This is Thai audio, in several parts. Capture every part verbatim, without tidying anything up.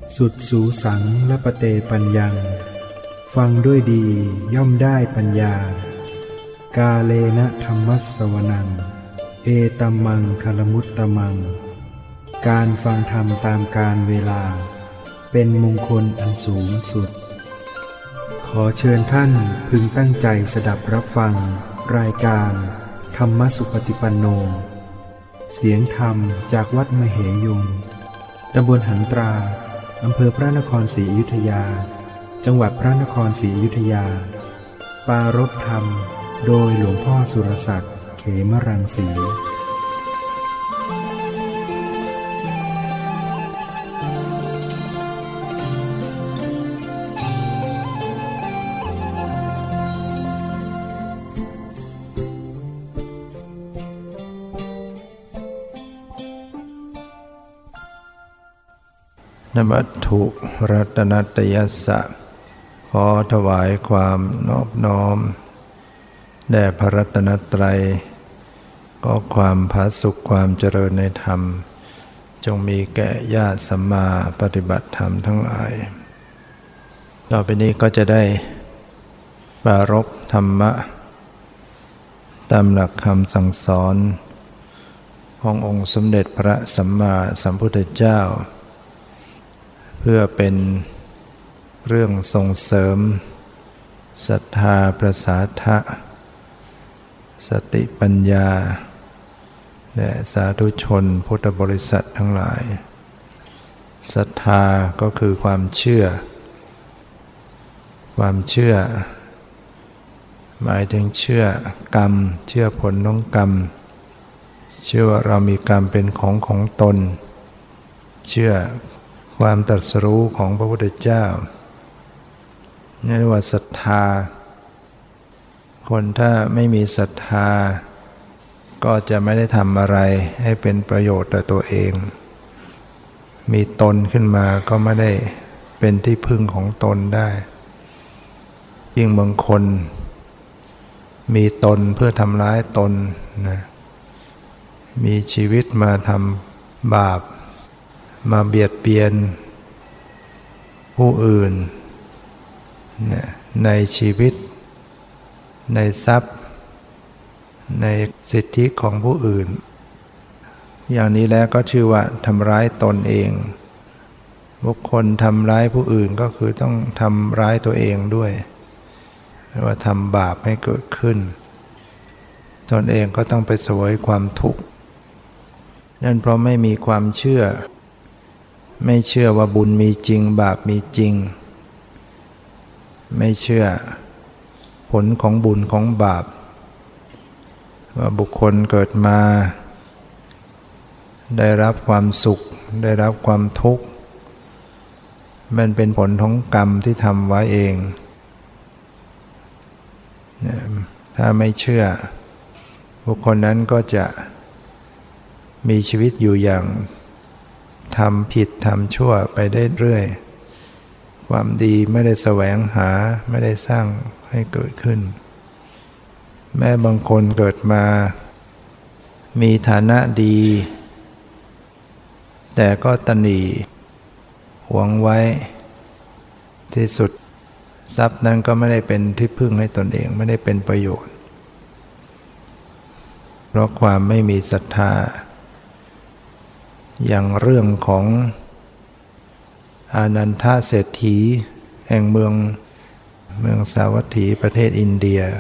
สุดสูสังและปเตปัญญังฟังด้วยดีย่อมได้ปัญญากาเลนะธรรมัสสวนังเอตัมมังคลมุตตมังการฟังธรรมตามกาลเวลาเป็นมงคลอันสูงสุดขอเชิญท่านพึงตั้งใจสดับรับฟังรายการธรรมสุปฏิปันโนเสียงธรรมจากวัดมเหยงตำบลหันตราอำเภอพระนครศรีอยุธยาจังหวัดพระนครศรีอยุธยาปารภธรรมโดยหลวงพ่อสุรศักดิ์เขมรังสีนมัตถุรัตนัตยัสสะขอถวายความนอบน้อมแด่พระรัตนตรัยก็ความผาสุกความเจริญในธรรมจงมีแก่ญาติสัมมาปฏิบัติธรรมทั้งหลายต่อไปนี้ก็จะได้ปรารภธรรมะตามหลักคำสั่งสอนขององค์สมเด็จพระสัมมาสัมพุทธเจ้าเพื่อเป็นเรื่องส่งเสริมศรัทธาประสาทะสติปัญญาและสาธุชนพุทธบริษัททั้งหลายศรัทธาก็คือความเชื่อความเชื่อหมายถึงเชื่อกรรมเชื่อผลของกรรมเชื่อว่าเรามีกรรมเป็นของของตนเชื่อความตรัสรู้ของพระพุทธเจ้านี่เรียกว่าศรัทธาคนถ้าไม่มีศรัทธาก็จะไม่ได้ทำอะไรให้เป็นประโยชน์ต่อตัวเองมีตนขึ้นมาก็ไม่ได้เป็นที่พึ่งของตนได้ยิ่งบางคนมีตนเพื่อทำร้ายตนนะมีชีวิตมาทำบาปมาเบียดเบียนผู้อื่นในชีวิตในทรัพย์ในสิทธิของผู้อื่นอย่างนี้แล้วก็ชื่อว่าทำร้ายตนเองบุคคลทำร้ายผู้อื่นก็คือต้องทำร้ายตัวเองด้วยว่าทำบาปให้เกิดขึ้นตนเองก็ต้องไปเสวยความทุกข์นั่นเพราะไม่มีความเชื่อไม่เชื่อว่าบุญมีจริงบาปมีจริงไม่เชื่อผลของบุญของบาปว่าบุคคลเกิดมาได้รับความสุขได้รับความทุกข์มันเป็นผลของกรรมที่ทำไว้เองถ้าไม่เชื่อบุคคลนั้นก็จะมีชีวิตอยู่อย่างทำผิดทำชั่วไปได้เรื่อยความดีไม่ได้แสวงหาไม่ได้สร้างให้เกิดขึ้นแม้บางคนเกิดมามีฐานะดีแต่ก็ตนีหวงไว้ที่สุดทรัพย์นั้นก็ไม่ได้เป็นที่พึ่งให้ตนเองไม่ได้เป็นประโยชน์เพราะความไม่มีศรัทธาอย่างเรื่องของอานันทเศรษฐีแห่งเมืองเมืองสาวัตถีประเทศอินเดีย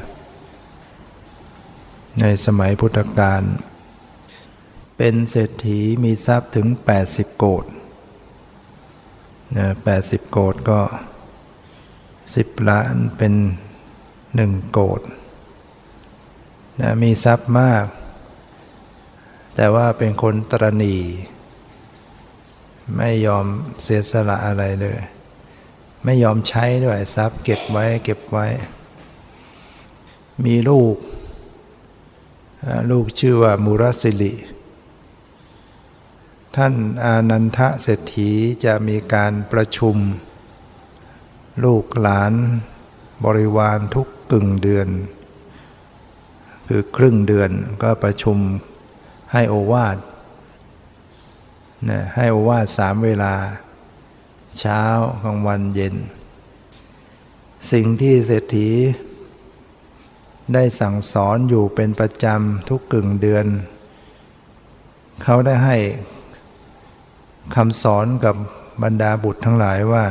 ในสมัยพุทธกาลเป็นเศรษฐีมีทรัพย์ถึงแปดสิบโกฏนะแปดสิบโกฏก็สิบล้านเป็นหนึ่งโกฏนะมีทรัพย์มากแต่ว่าเป็นคนตระหนี่ไม่ยอมเสียสละอะไรเลยไม่ยอมใช้ด้วยทรัพย์เก็บไว้เก็บไว้มีลูกลูกชื่อว่ามุรสิริท่านอานันทเศรษฐีจะมีการประชุมลูกหลานบริวารทุกกึ่งเดือนคือครึ่งเดือนก็ประชุมให้โอวาทนะให้โอวาทสามเวลาเช้ากลางวันเย็นสิ่งที่เศรษฐีได้สั่งสอนอยู่เป็นประจำทุกกึ่งเดือนเขาได้ให้คำสอนกับบรรดาบุตรทั้งหลายว่า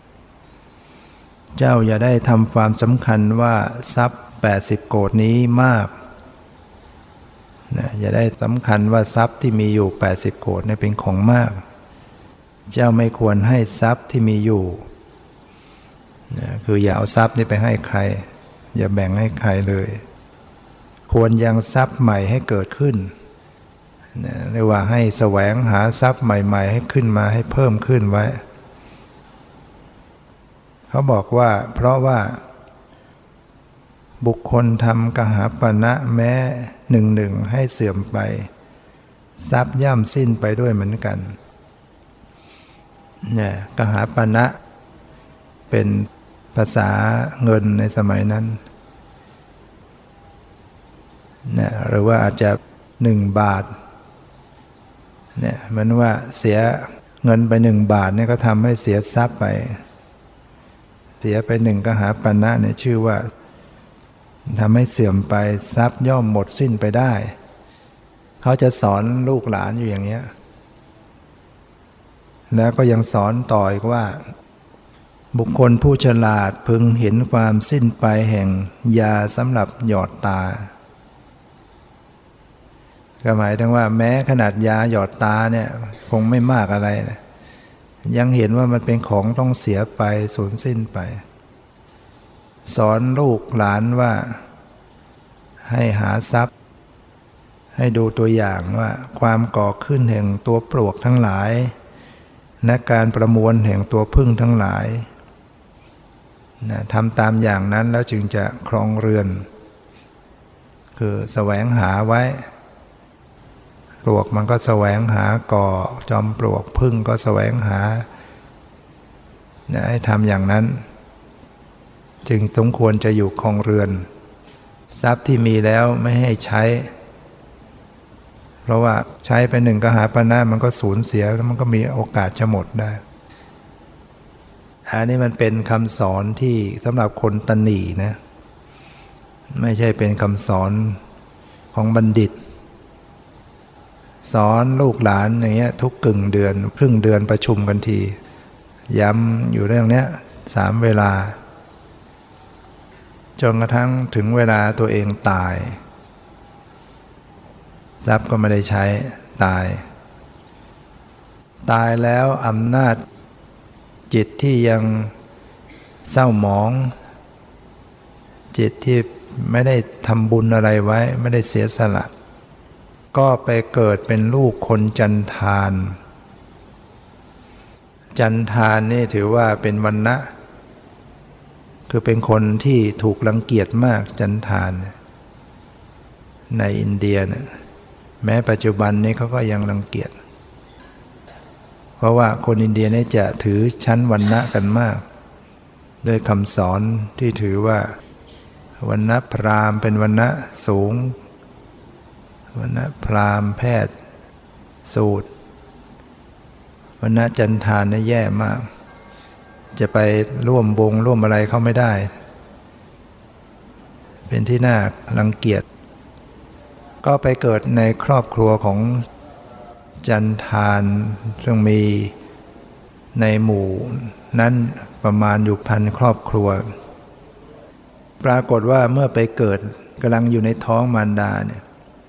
เจ้าอย่าได้ทำความสำคัญว่าทรัพย์แปดสิบโกฏนี้มากนะอย่าได้สำคัญว่าทรัพย์ที่มีอยู่แปดสิบโกฏนี่เป็นของมากเจ้าไม่ควรให้ทรัพย์ที่มีอยู่นะคืออย่าเอาทรัพย์นี้ไปให้ใครอย่าแบ่งให้ใครเลยควรยังทรัพย์ใหม่ให้เกิดขึ้นนะเรียกว่าให้แสวงหาทรัพย์ใหม่ๆให้ขึ้นมาให้เพิ่มขึ้นไว้เขาบอกว่าเพราะว่าบุคคลทำกหาปณะแม้หนึ่งหนึ่งให้เสื่อมไปทรัพย์ย่ำสิ้นไปด้วยเหมือนกันเนี่ยกหาปณะเป็นภาษาเงินในสมัยนั้นเนี่ยหรือว่าอาจจะหนึ่งบาทเนี่ยเหมือนว่าเสียเงินไปหนึ่งบาทเนี่ยก็ทำให้เสียทรัพย์ไปเสียไปหนึ่งกหาปณะเนี่ยชื่อว่าทำให้เสื่อมไปทรัพย์ย่อมหมดสิ้นไปได้เขาจะสอนลูกหลานอยู่อย่างเนี้ยแล้วก็ยังสอนต่ออีกว่าบุคคลผู้ฉลาดพึงเห็นความสิ้นไปแห่งยาสำหรับหยอดตาก็หมายถึงว่าแม้ขนาดยาหยอดตาเนี่ยคงไม่มากอะไรนะยังเห็นว่ามันเป็นของต้องเสียไปสูญสิ้นไปสอนลูกหลานว่าให้หาทรัพย์ให้ดูตัวอย่างว่าความก่อขึ้นแห่งตัวปลวกทั้งหลายและการประมวลแห่งตัวพึ่งทั้งหลายนะทำตามอย่างนั้นแล้วจึงจะครองเรือนคือแสวงหาไว้ปลวกมันก็แสวงหาก่อจอมปลวกพึ่งก็แสวงหานะให้ทำอย่างนั้นจึงสมควรจะอยู่ครองเรือนทรัพย์ที่มีแล้วไม่ให้ใช้เพราะว่าใช้ไปหนึ่งกหาปณะมันก็สูญเสียแล้วมันก็มีโอกาสจะหมดได้อันนี้มันเป็นคำสอนที่สำหรับคนตนีนะไม่ใช่เป็นคำสอนของบัณฑิตสอนลูกหลานอย่างเงี้ยทุกกึ่งเดือนครึ่งเดือนประชุมกันทีย้ำอยู่เรื่องเนี้ยสามเวลาจนกระทั่งถึงเวลาตัวเองตายทรัพย์ก็ไม่ได้ใช้ตายตายแล้วอำนาจจิตที่ยังเศร้าหมองจิตที่ไม่ได้ทำบุญอะไรไว้ไม่ได้เสียสละก็ไปเกิดเป็นลูกคนจันทานจันทานนี่ถือว่าเป็นวรรณะคือเป็นคนที่ถูกรังเกียจมากจันทานในอินเดียนะแม้ปัจจุบันนี้เขาก็ยังรังเกียจเพราะว่าคนอินเดียนี่จะถือชั้นวรรณะกันมากด้วยคำสอนที่ถือว่าวรรณะพราหมณ์เป็นวรรณะสูงวรรณะพราหมณ์แพทย์สูตรวรรณะจันทานนี่แย่มากจะไปร่วมวงร่วมอะไรเขาไม่ได้เป็นที่น่ารังเกียจก็ไปเกิดในครอบครัวของจันทานซึ่งมีในหมู่นั้นประมาณอยู่พันครอบครัวปรากฏว่าเมื่อไปเกิดกำลังอยู่ในท้องมารดาเนี่ย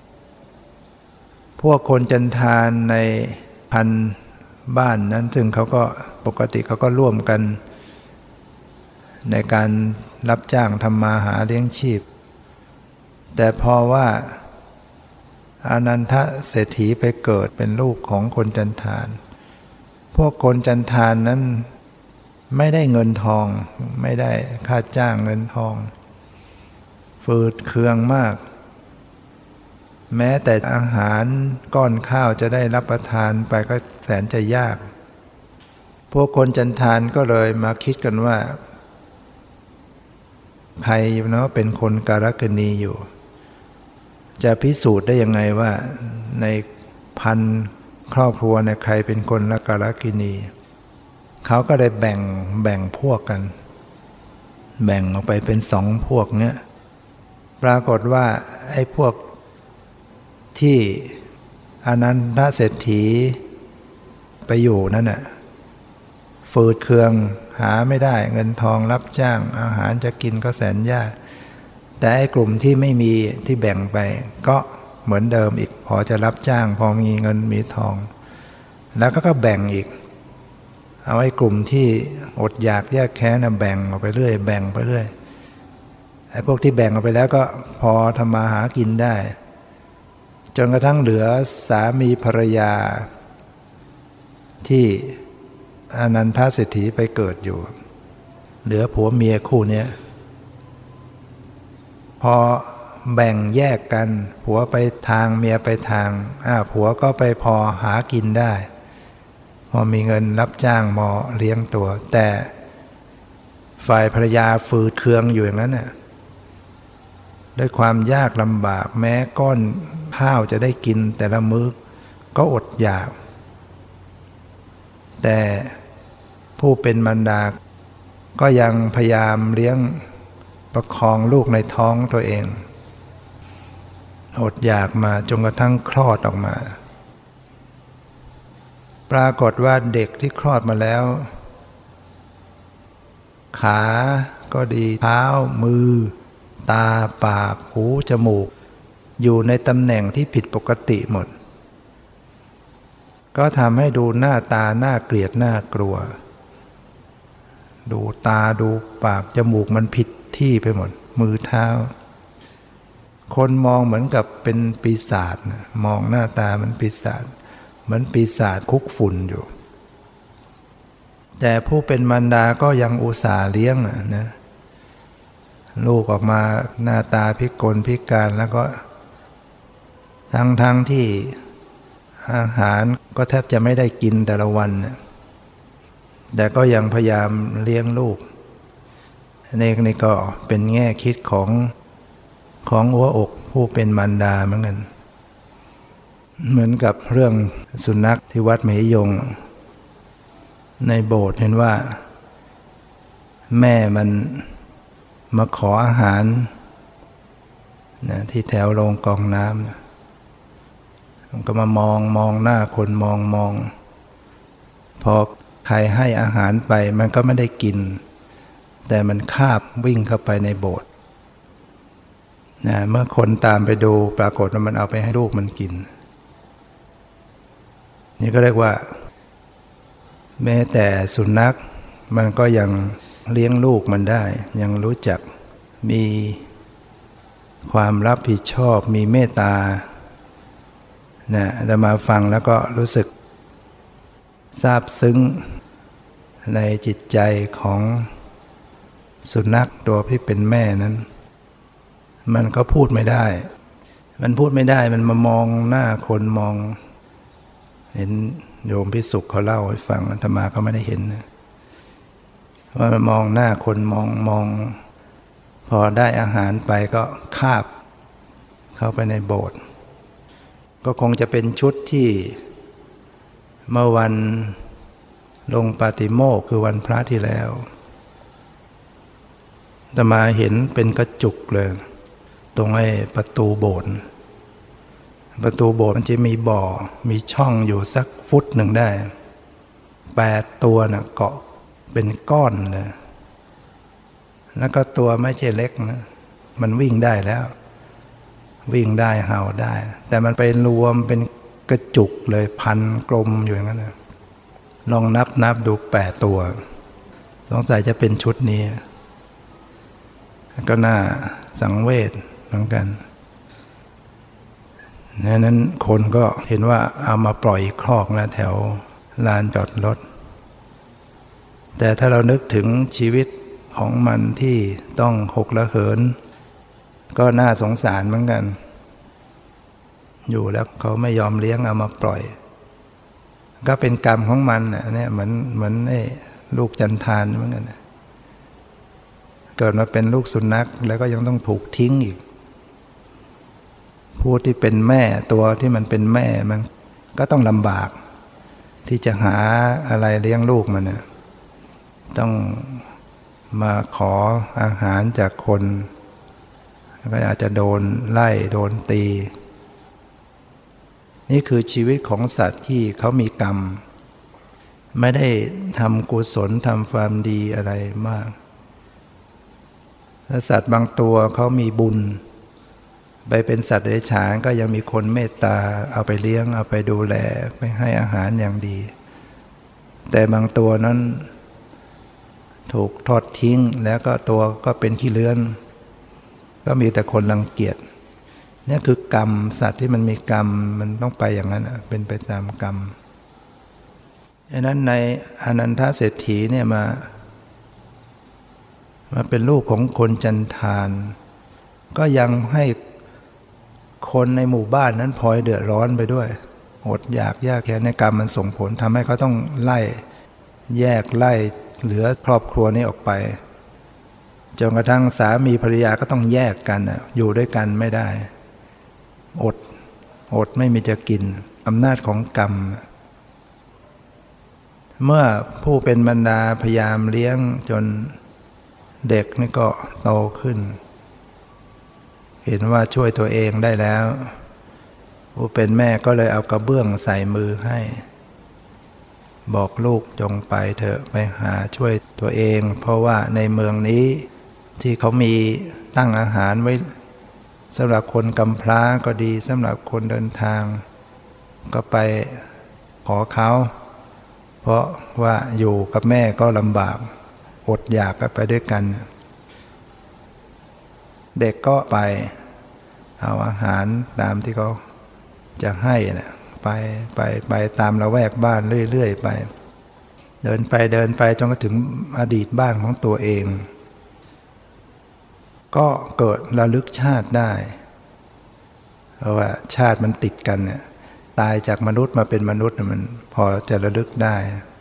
พวกคนจันทานในพันบ้านนั้นซึ่งเขาก็ปกติเขาก็ร่วมกันในการรับจ้างทำมาหาเลี้ยงชีพแต่พอว่าอานันทเศรษฐีไปเกิดเป็นลูกของคนจันทานพวกคนจันทานนั้นไม่ได้เงินทองไม่ได้ค่าจ้างเงินทองฝืดเคืองมากแม้แต่อาหารก้อนข้าวจะได้รับประทานไปก็แสนจะยากพวกคนจันทานก็เลยมาคิดกันว่าใครเนาะเป็นคนการกณีอยู่จะพิสูจน์ได้ยังไงว่าในพันครอบครัวเนี่ยใครเป็นคนละการกินีเขาก็เลยแบ่งแบ่งพวกกันแบ่งออกไปเป็นสองพวกเนี้ยปรากฏว่าไอ้พวกที่อนันทเศรษฐีไปอยู่นั่นน่ะฝืดเคืองหาไม่ได้เงินทองรับจ้างอาหารจะกินก็แสนยากแต่ไอ้กลุ่มที่ไม่มีที่แบ่งไปก็เหมือนเดิมอีกพอจะรับจ้างพอมีเงินมีทองแล้วก็ก็แบ่งอีกเอาไอ้กลุ่มที่อดอยากแยกแค้นนะแบ่งออกไปเรื่อยแบ่งไปเรื่อยไอ้พวกที่แบ่งออกไปแล้วก็พอทำมาหากินได้จนกระทั่งเหลือสามีภรรยาที่อนันทเศรษฐีไปเกิดอยู่เหลือผัวเมียคู่นี้พอแบ่งแยกกันผัวไปทางเมียไปทางอ่าผัวก็ไปพอหากินได้พอมีเงินรับจ้างมอเลี้ยงตัวแต่ฝ่ายภรรยาฝืดเคืองอยู่อย่างนั้นน่ะด้วยความยากลำบากแม้ก้อนข้าวจะได้กินแต่ละมื้อก็อดอยากแต่ผู้เป็นมารดาก็ยังพยายามเลี้ยงประคองลูกในท้องตัวเองอดอยากมาจนกระทั่งคลอดออกมาปรากฏว่าเด็กที่คลอดมาแล้วขาก็ดีเท้ามือตาปากหูจมูกอยู่ในตำแหน่งที่ผิดปกติหมดก็ทำให้ดูหน้าตาน่าเกลียดน่ากลัวดูตาดูปากจมูกมันผิดที่ไปหมดมือเท้าคนมองเหมือนกับเป็นปีศาจมองหน้าตามันปีศาจเหมือนปีศาจคุกฝุ่นอยู่แต่ผู้เป็นมารดาก็ยังอุตส่าห์เลี้ยงนะลูกออกมาหน้าตาพิกลพิการแล้วก็ทั้งทั้งที่อาหารก็แทบจะไม่ได้กินแต่ละวันแต่ก็ยังพยายามเลี้ยงลูกนี่นี่ก็เป็นแง่คิดของของหัวอกผู้เป็นมารดาเหมือนกันเหมือนกับเรื่องสุนัขที่วัดมหิยงในโบสถ์เห็นว่าแม่มันมาขออาหารนะที่แถวโรงกองน้ำมันก็มามองมองหน้าคนมองมองพอใครให้อาหารไปมันก็ไม่ได้กินแต่มันคาบวิ่งเข้าไปในโบสถ์นะเมื่อคนตามไปดูปรากฏว่ามันเอาไปให้ลูกมันกินนี่ก็เรียกว่าแม้แต่สุนัขมันก็ยังเลี้ยงลูกมันได้ยังรู้จักมีความรับผิดชอบมีเมตตานะจะมาฟังแล้วก็รู้สึกซาบซึ้งในจิตใจของสุนัขตัวที่เป็นแม่นั้นมันก็พูดไม่ได้มันพูดไม่ได้มันมามองหน้าคนมองเห็นโยมพิสุขเขาเล่าให้ฟังอาตมาก็ไม่ได้เห็นนะว่ามันมองหน้าคนมองมองพอได้อาหารไปก็คาบเข้าไปในโบสถ์ก็คงจะเป็นชุดที่เมื่อวันลงปาติโมกข์คือวันพระที่แล้วอาตมาเห็นเป็นกระจุกเลยตรงไอ้ประตูโบสถ์ประตูโบสถ์มันจะมีบ่อมีช่องอยู่สักฟุตหนึ่งได้แปดตัวน่ะเกาะเป็นก้อนเลยแล้วก็ตัวไม่ใช่เล็กนะมันวิ่งได้แล้ววิ่งได้เห่าได้แต่มันไปรวมเป็นกระจุกเลยพันกลมอยู่อย่างนั้นนะลองนับนับดูแปดตัวสงสัยจะเป็นชุดนี้ก็น่าสังเวชเหมือนกันนั้นคนก็เห็นว่าเอามาปล่อยคลอกนะแถวลานจอดรถแต่ถ้าเรานึกถึงชีวิตของมันที่ต้องหกระเหินก็น่าสงสารเหมือนกันอยู่แล้วเขาไม่ยอมเลี้ยงเอามาปล่อยก็เป็นกรรมของมันน่ะเนี่ยเหมือนเหมือนไอ้ลูกจันทานเหมือนกันเกิดมาเป็นลูกสุนัขแล้วก็ยังต้องถูกทิ้งอีกผู้ที่เป็นแม่ตัวที่มันเป็นแม่มันก็ต้องลำบากที่จะหาอะไรเลี้ยงลูกมันนะต้องมาขออาหารจากคนก็อาจจะโดนไล่โดนตีนี่คือชีวิตของสัตว์ที่เขามีกรรมไม่ได้ทำกุศลทำความดีอะไรมากและสัตว์บางตัวเขามีบุญไปเป็นสัตว์เดรัจฉานก็ยังมีคนเมตตาเอาไปเลี้ยงเอาไปดูแลไปให้อาหารอย่างดีแต่บางตัวนั้นถูกทอดทิ้งแล้วก็ตัวก็เป็นขี้เลื้อนก็มีแต่คนรังเกียจนี่คือกรรมสัตว์ที่มันมีกรรมมันต้องไปอย่างนั้นเป็นไปตามกรรมดังนั้นในอนันทเศรษฐีเนี่ยมามาเป็นลูกของคนจันทานก็ยังให้คนในหมู่บ้านนั้นพลอยเดือดร้อนไปด้วยอดอยากยากแค้นในกรรมมันส่งผลทำให้เขาต้องไล่แยกไล่เหลือครอบครัวนี้ออกไปจนกระทั่งสามีภรรยาก็ต้องแยกกันอยู่ด้วยกันไม่ได้อดอดไม่มีจะกินอำนาจของกรรมเมื่อผู้เป็นบรรดาพยายามเลี้ยงจนเด็กนี่ก็โตขึ้นเห็นว่าช่วยตัวเองได้แล้วผู้เป็นแม่ก็เลยเอากระเบื้องใส่มือให้บอกลูกจงไปเถอะไปหาช่วยตัวเองเพราะว่าในเมืองนี้ที่เขามีตั้งอาหารไว้สำหรับคนกำพร้าก็ดีสำหรับคนเดินทางก็ไปขอเขาเพราะว่าอยู่กับแม่ก็ลำบากอดอยากกันไปด้วยกันเด็กก็ไปเอาอาหารตามที่เขาจะให้นะไปไปไปตามละแวกบ้านเรื่อยๆไปเดินไปเดินไปจนกระถึงอดีตบ้านของตัวเองก็เกิดระลึกชาติได้เพราะว่าชาติมันติดกันเนี่ยตายจากมนุษย์มาเป็นมนุษย์มันพอจะระลึกได้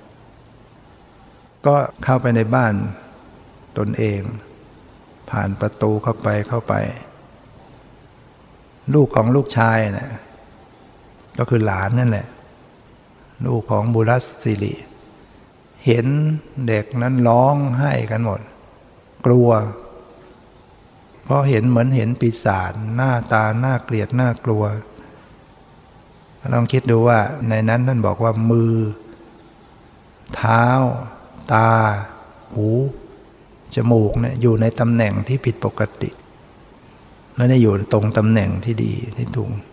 ก็เข้าไปในบ้านตนเองผ่านประตูเข้าไปเข้าไปลูกของลูกชายนะก็คือหลานนั่นแหละลูกของบุรัสสิริเห็นเด็กนั้นร้องไห้กันหมดกลัวเพราะเห็นเหมือนเห็นปีศาจหน้าตาน่าเกลียดน่ากลัวลองคิดดูว่าในนั้นท่านบอกว่ามือเท้าตาหูจมูกเนี่ยอยู่ในตำแหน่งที่ผิดปกติไม่ได้อยู่ตรงตำแหน่งที่ดีที่ถูก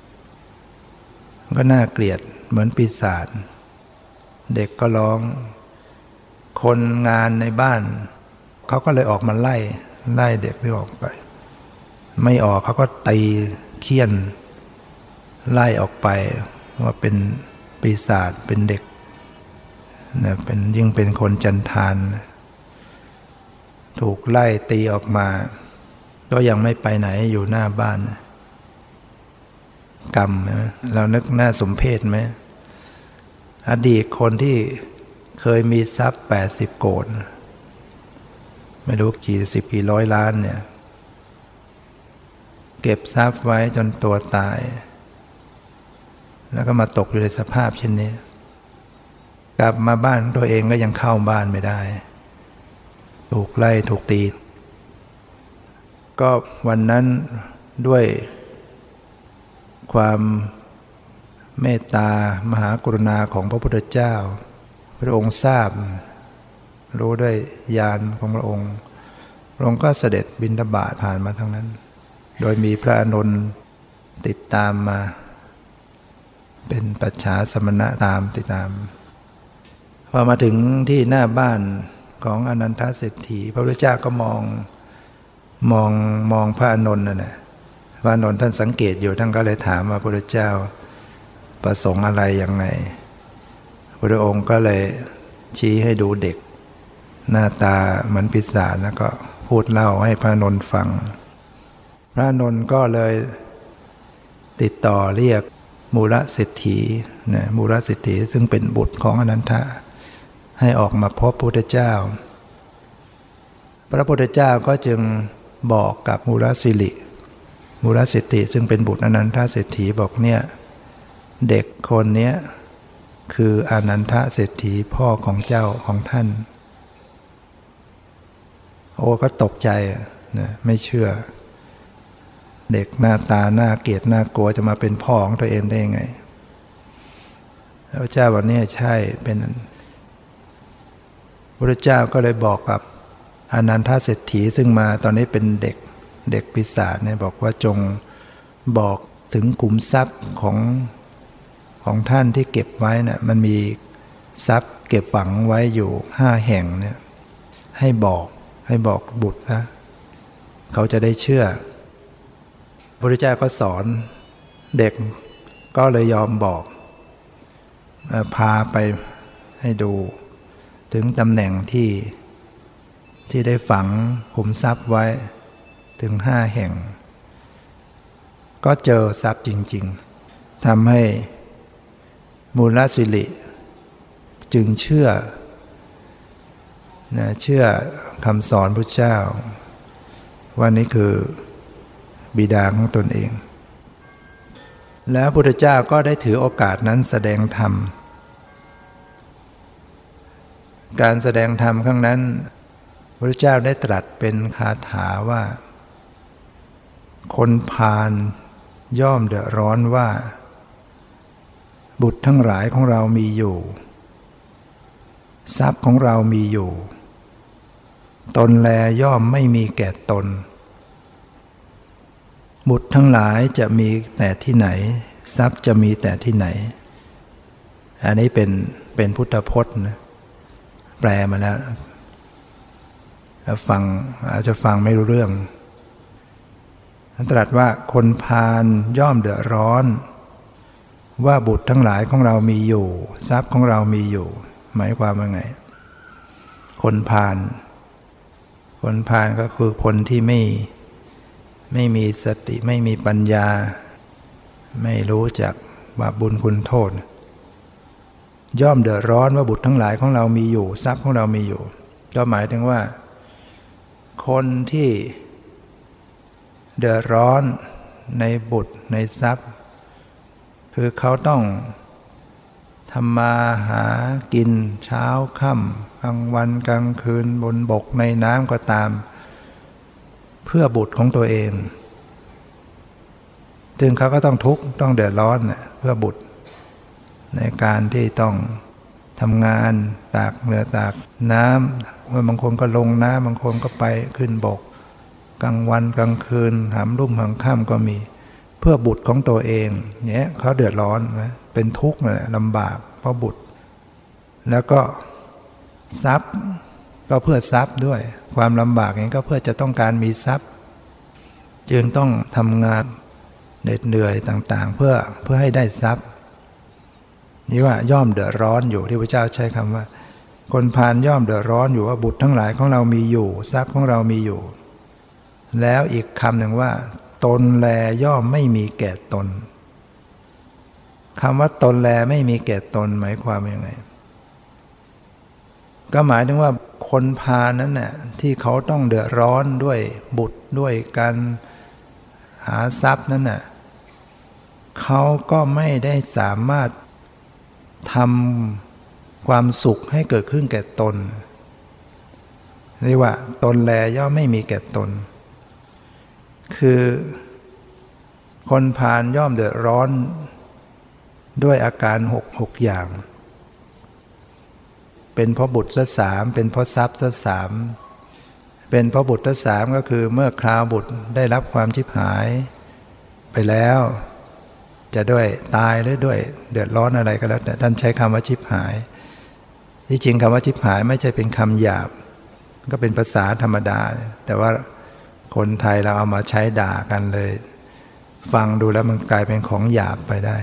ก็น่าเกลียดเหมือนปีศาจเด็กก็ร้องคนงานในบ้านเขาก็เลยออกมาไล่ไล่เด็กไม่ออกไปไม่ออกเขาก็ตีเฆี่ยนไล่ออกไปว่าเป็นปีศาจเป็นเด็กนะเป็นยิ่งเป็นคนจันทานถูกไล่ตีออกมาก็ยังไม่ไปไหนอยู่หน้าบ้านกรรมนะเรานึกหน้าสมเพชไหมอดีตคนที่เคยมีทรัพย์แปดสิบโกฏไม่รู้กี่สิบกี่ร้อยล้านเนี่ยเก็บทรัพย์ไว้จนตัวตายแล้วก็มาตกอยู่ในสภาพเช่นนี้กลับมาบ้านตัวเองก็ยังเข้าบ้านไม่ได้ถูกไล่ถูกตีก็วันนั้นด้วยความเมตตามหากรุณาของพระพุทธเจ้าพระองค์ทราบรู้ด้วยญาณของพระองค์พระองค์ก็เสด็จบิณฑบาตผ่านมาทั้งนั้นโดยมีพระอานนท์ติดตามมาเป็นปัจฉาสมณะตามติดตามพอมาถึงที่หน้าบ้านของอนันทเศรษฐีพระพุทธเจ้าก็มองมองมองพระอานนท์น่ะนะพระอานนท์ท่านสังเกตอยู่ท่านก็เลยถามว่าพระพุทธเจ้าประสงค์อะไรยังไงพระองค์ก็เลยชี้ให้ดูเด็กหน้าตาเหมือนปีศาจแล้วก็พูดเล่าให้พระอานนท์ฟังพระอานนท์ก็เลยติดต่อเรียกมูลเศรษฐีนะมูลเศรษฐีซึ่งเป็นบุตรของอนันทะให้ออกมาพบพระพุทธเจ้าพระพุทธเจ้าก็จึงบอกกับมูลสิริมูลเศรษฐีซึ่งเป็นบุตรอนันทเศรษฐีบอกเนี่ยเด็กคนนี้คืออนันทเศรษฐีพ่อของเจ้าของท่านโอ้ก็ตกใจนะไม่เชื่อเด็กหน้าตาหน้าเกลียดหน้ากลัวจะมาเป็นพ่อของตัวเองได้ยังไงพระเจ้าบอกเนี่ยใช่เป็นพระเจ้าก็เลยบอกกับอนันทเศรษฐีซึ่งมาตอนนี้เป็นเด็กเด็กปีศาจเนี่ยบอกว่าจงบอกถึงขุมทรัพย์ของของท่านที่เก็บไว้นะ่ะมันมีทรัพย์เก็บฝังไว้อยู่ห้าแห่งเนี่ยให้บอกให้บอกบุตรนะเขาจะได้เชื่อพระพุทธเจ้าก็สอนเด็กก็เลยยอมบอกพาไปให้ดูถึงตำแหน่งที่ที่ได้ฝังขุมทรัพย์ไว้ถึงห้าแห่งก็เจอทรัพย์จริงๆทำให้มูลสิริจึงเชื่อนะเชื่อคำสอนพระเจ้าว่านี่คือบิดาของตนเองแล้วพระพุทธเจ้าก็ได้ถือโอกาสนั้นแสดงธรรมการแสดงธรรมครั้งนั้นพระพุทธเจ้าได้ตรัสเป็นคาถาว่าคนพาลย่อมเดือดร้อนว่าบุตรทั้งหลายของเรามีอยู่ทรัพย์ของเรามีอยู่ตนแลย่อมไม่มีแก่ตนบุตรทั้งหลายจะมีแต่ที่ไหนทรัพย์จะมีแต่ที่ไหนอันนี้เป็นเป็นพุทธพจน์นะแปลมาแล้วฟังอาจจะฟังไม่รู้เรื่องท่านตรัสว่าคนพาลย่อมเดือดร้อนว่าบุตรทั้งหลายของเรามีอยู่ทรัพย์ของเรามีอยู่หมายความว่าไงคนพาลคนพาลก็คือคนที่ไม่ไม่มีสติไม่มีปัญญาไม่รู้จักบาปบุญคุณโทษย่อมเดือดร้อนว่าบุตรทั้งหลายของเรามีอยู่ทรัพย์ของเรามีอยู่ก็หมายถึงว่าคนที่เดือดร้อนในบุตรในทรัพย์คือเขาต้องทำมาหากินเช้าค่ำกลางวันกลางคืนบนบกในน้ำก็ตามเพื่อบุตรของตัวเองจึงเขาก็ต้องทุกข์ต้องเดือดร้อนเพื่อบุตรในการที่ต้องทำงานตากเหงื่อตากน้ำว่าบางคนก็ลงน้ำบางคนก็ไปขึ้นบกกลางวันกลางคืนหามรุ่มหามค่ำก็มีเพื่อบุตรของตัวเองเนี่ยเขาเดือดร้อนนะเป็นทุกข์นะลำบากเพราะบุตรแล้วก็ทรัพย์ก็เพื่อทรัพย์ด้วยความลำบากนี้ก็เพื่อจะต้องการมีทรัพย์จึงต้องทำงานเหน็ดเหนื่อยต่างๆเพื่อเพื่อให้ได้ทรัพย์นี่ว่าย่อมเดือดร้อนอยู่ที่พระเจ้าใช้คำว่าคนพาลย่อมเดือดร้อนอยู่ว่าบุตรทั้งหลายของเรามีอยู่ทรัพย์ของเรามีอยู่แล้วอีกคำหนึ่งว่าตนแลย่อมไม่มีแก่ตนคำว่าตนแลไม่มีแก่ตนหมายความยังไงก็หมายถึงว่าคนพาลนั้นน่ะที่เขาต้องเดือดร้อนด้วยบุตรด้วยการหาทรัพย์นั้นน่ะเขาก็ไม่ได้สามารถทำความสุขให้เกิดขึ้นแก่ตนเรียกว่าตนแลย่อมไม่มีแก่ตนคือคนพาลย่อมเดือดร้อนด้วยอาการหกหกอย่างเป็นเพราะบุตรซะสามเป็นเพราะทรัพย์ซะสามเป็นเพราะบุตรซะสามก็คือเมื่อคราวบุตรได้รับความชิบหายไปแล้วจะด้วยตายหรือด้วยเดือดร้อนอะไรก็แล้วแต่ท่านใช้คำว่าชิบหายที่จริงคำว่าชิบหายไม่ใช่เป็นคำหยาบก็เป็นภาษาธรรมดาแต่ว่าคนไทยเราเอามาใช้ด่ากันเลยฟังดูแล้วมันกลายเป็นของหยาบไปได้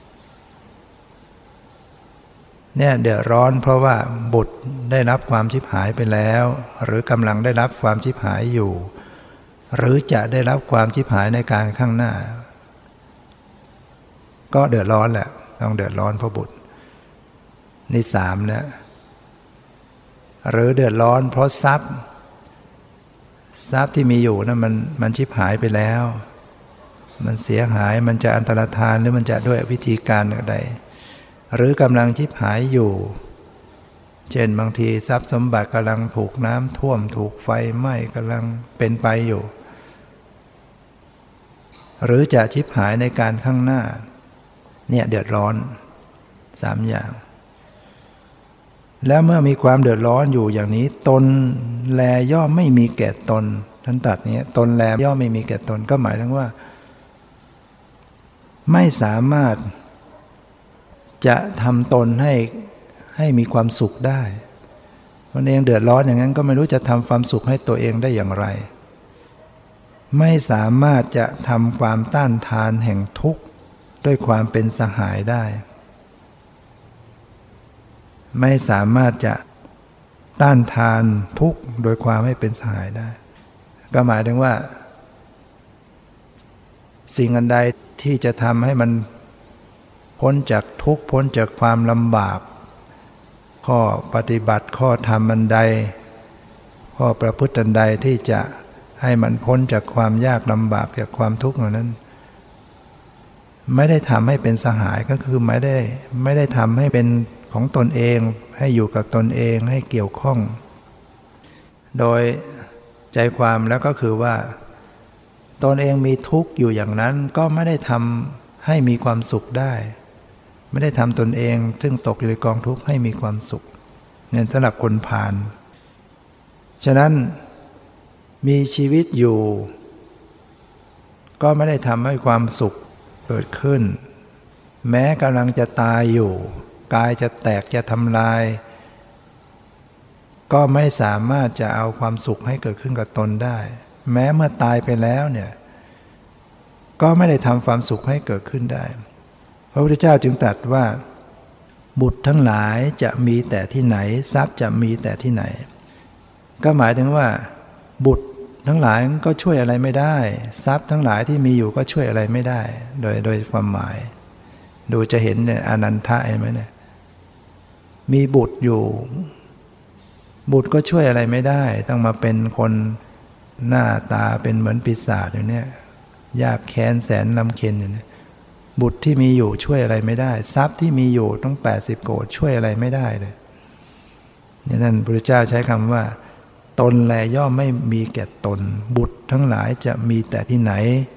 เนี่ยเดือดร้อนเพราะว่าบุตรได้รับความชิบหายไปแล้วหรือกำลังได้รับความชิบหายอยู่หรือจะได้รับความชิบหายในการข้างหน้าก็เดือดร้อนแหละต้องเดือดร้อนเพราะบุตรนี่สามนะหรือเดือดร้อนเพราะทรัพย์ทรัพย์ที่มีอยู่นะมันมันชิบหายไปแล้วมันเสียหายมันจะอันตรธานหรือมันจะด้วยวิธีการใดหรือกำลังชิบหายอยู่เช่นบางทีทรัพย์สมบัติกำลังถูกน้ำท่วมถูกไฟไหม้กำลังเป็นไปอยู่หรือจะชิบหายในการข้างหน้าเนี่ยเดือดร้อนสามอย่างแล้วเมื่อมีความเดือดร้อนอยู่อย่างนี้ตนแลย่อมไม่มีแก่ตนท่านตัดนี้ตนแลย่อมไม่มีแก่ตนก็หมายถึงว่าไม่สามารถจะทำตนให้ให้มีความสุขได้มันเองเดือดร้อนอย่างนั้นก็ไม่รู้จะทำความสุขให้ตัวเองได้อย่างไรไม่สามารถจะทำความต้านทานแห่งทุกข์ด้วยความเป็นสหายได้ไม่สามารถจะต้านทานทุกข์โดยความไม่เป็นสหายได้ก็หมายถึงว่าสิ่งอันใดที่จะทำให้มันพ้นจากทุกข์พ้นจากความลำบากข้อปฏิบัติข้อธรรมอันใดข้อประพฤติอันใดที่จะให้มันพ้นจากความยากลำบากจากความทุกข์เหล่านั้นไม่ได้ทำให้เป็นสหายก็คือไม่ได้ไม่ได้ทำให้เป็นของตนเองให้อยู่กับตนเองให้เกี่ยวข้องโดยใจความแล้วก็คือว่าตนเองมีทุกข์อยู่อย่างนั้นก็ไม่ได้ทำให้มีความสุขได้ไม่ได้ทำตนเองซึ่งตกอยู่ในกองทุกข์ให้มีความสุขเนี่ยสำหรับคนผ่านฉะนั้นมีชีวิตอยู่ก็ไม่ได้ทำให้ความสุขเกิดขึ้นแม้กำลังจะตายอยู่กายจะแตกจะทำลายก็ไม่สามารถจะเอาความสุขให้เกิดขึ้นกับตนได้แม้เมื่อตายไปแล้วเนี่ยก็ไม่ได้ทำความสุขให้เกิดขึ้นได้พระพุทธเจ้าจึงตรัสว่าบุตรทั้งหลายจะมีแต่ที่ไหนทรัพย์จะมีแต่ที่ไหนก็หมายถึงว่าบุตรทั้งหลายก็ช่วยอะไรไม่ได้ทรัพย์ทั้งหลายที่มีอยู่ก็ช่วยอะไรไม่ได้โดยโดยความหมายดูจะเห็นเนี่ยอนันทะเห็นไหมเนี่ยมีบุตรอยู่บุตรก็ช่วยอะไรไม่ได้ต้องมาเป็นคนหน้าตาเป็นเหมือนปีศาจอยู่เนี่ยยากแค้นแสนลำเค็ญอยู่เนี่ยบุตรที่มีอยู่ช่วยอะไรไม่ได้ทรัพย์ที่มีอยู่ต้องแปดสิบโกฏช่วยอะไรไม่ได้เลยนี่นั่นพระพุทธเจ้าใช้คำว่าตนแลย่อมไม่มีแก่ตนบุตรทั้งหลายจะมีแต่ที่ไหน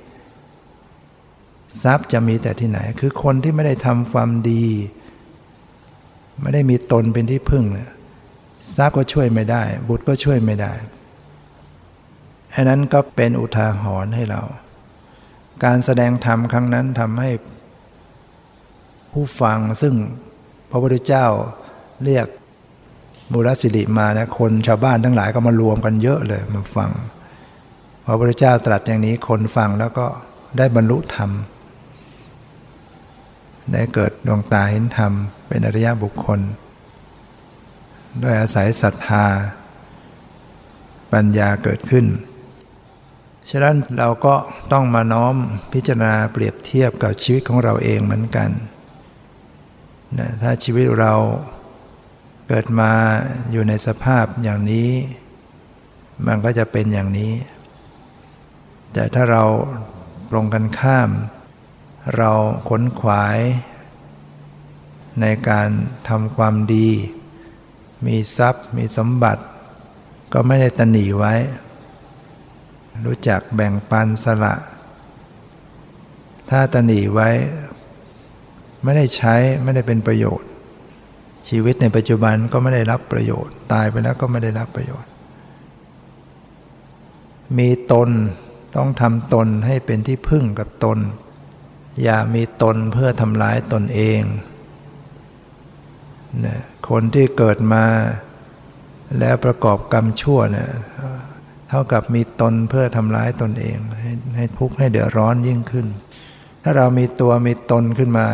ทรัพย์จะมีแต่ที่ไหนคือคนที่ไม่ได้ทำความดีไม่ได้มีตนเป็นที่พึ่งเนี่ยทรัพย์ก็ช่วยไม่ได้บุตรก็ช่วยไม่ได้อันนั้นก็เป็นอุทาหรณ์ให้เราการแสดงธรรมครั้งนั้นทำให้ผู้ฟังซึ่งพระพุทธเจ้าเรียกบุรสิริมานะคนชาวบ้านทั้งหลายก็มารวมกันเยอะเลยมาฟังพระพุทธเจ้าตรัสอย่างนี้คนฟังแล้วก็ได้บรรลุธรรมได้เกิดดวงตาเห็นธรรมเป็นอริยบุคคลด้วยอาศัยศรัทธาปัญญาเกิดขึ้นฉะนั้นเราก็ต้องมาน้อมพิจารณาเปรียบเทียบกับชีวิตของเราเองเหมือนกันนะถ้าชีวิตเราเกิดมาอยู่ในสภาพอย่างนี้มันก็จะเป็นอย่างนี้แต่ถ้าเราตรงกันข้ามเราขนขวายในการทำความดีมีทรัพย์มีสมบัติก็ไม่ได้ตระหนี่ไว้รู้จักแบ่งปันสละถ้าตระหนี่ไว้ไม่ได้ใช้ไม่ได้เป็นประโยชน์ชีวิตในปัจจุบันก็ไม่ได้รับประโยชน์ตายไปแล้วก็ไม่ได้รับประโยชน์มีตนต้องทำตนให้เป็นที่พึ่งกับตนอย่ามีตนเพื่อทำร้ายตนเองนะคนที่เกิดมาแล้วประกอบกรรมชั่วเนี่ยเท่ากับมีตนเพื่อทำร้ายตนเองให้ให้ทุกข์ให้เดือดร้อนยิ่งขึ้นถ้าเรามีตัวมีตนขึ้นมา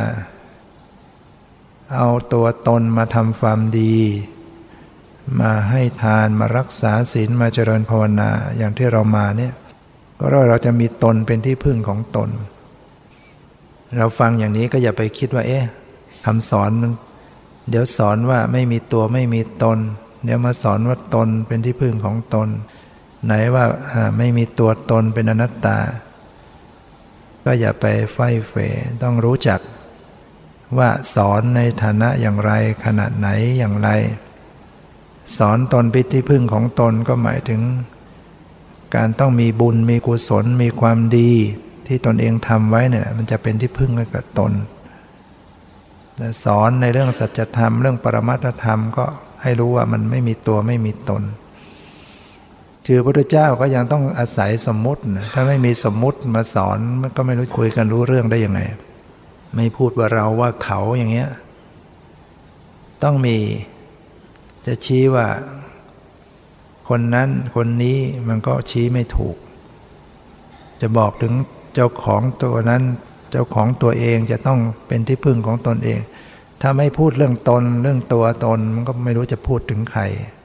เอาตัวตนมาทำความดีมาให้ทานมารักษาศีลมาเจริญภาวนาอย่างที่เรามาเนี่ยก็เราจะมีตนเป็นที่พึ่งของตนเราฟังอย่างนี้ก็อย่าไปคิดว่าเอ๊ะคำสอนเดี๋ยวสอนว่าไม่มีตัวไม่มีตนเดี๋ยวมาสอนว่าตนเป็นที่พึ่งของตนไหนว่าไม่มีตัวตนเป็นอนัตตาก็อย่าไปไฝ่เฝ่ต้องรู้จักว่าสอนในฐานะอย่างไรขนาดไหนอย่างไรสอนตนเป็นที่พึ่งของตนก็หมายถึงการต้องมีบุญมีกุศลมีความดีที่ตนเองทำไว้เนี่ยมันจะเป็นที่พึ่งให้กับตนสอนในเรื่องสัจธรรมเรื่องปรมัตถธรรมก็ให้รู้ว่ามันไม่มีตัวไม่มีตนคือพระพุทธเจ้าก็ยังต้องอาศัยสมมุตินะถ้าไม่มีสมมุติมาสอนมันก็ไม่รู้คุยกันรู้เรื่องได้ยังไงไม่พูดว่าเราว่าเขาอย่างเงี้ยต้องมีจะชี้ว่าคนนั้นคนนี้มันก็ชี้ไม่ถูกจะบอกถึงเจ้าของตัวนั้นเจ้าของตัวเองจะต้องเป็นที่พึ่งของตนเองถ้าไม่พูดเรื่องตนเรื่องตัวตนมันก็ไม่รู้จะพูดถึงใคร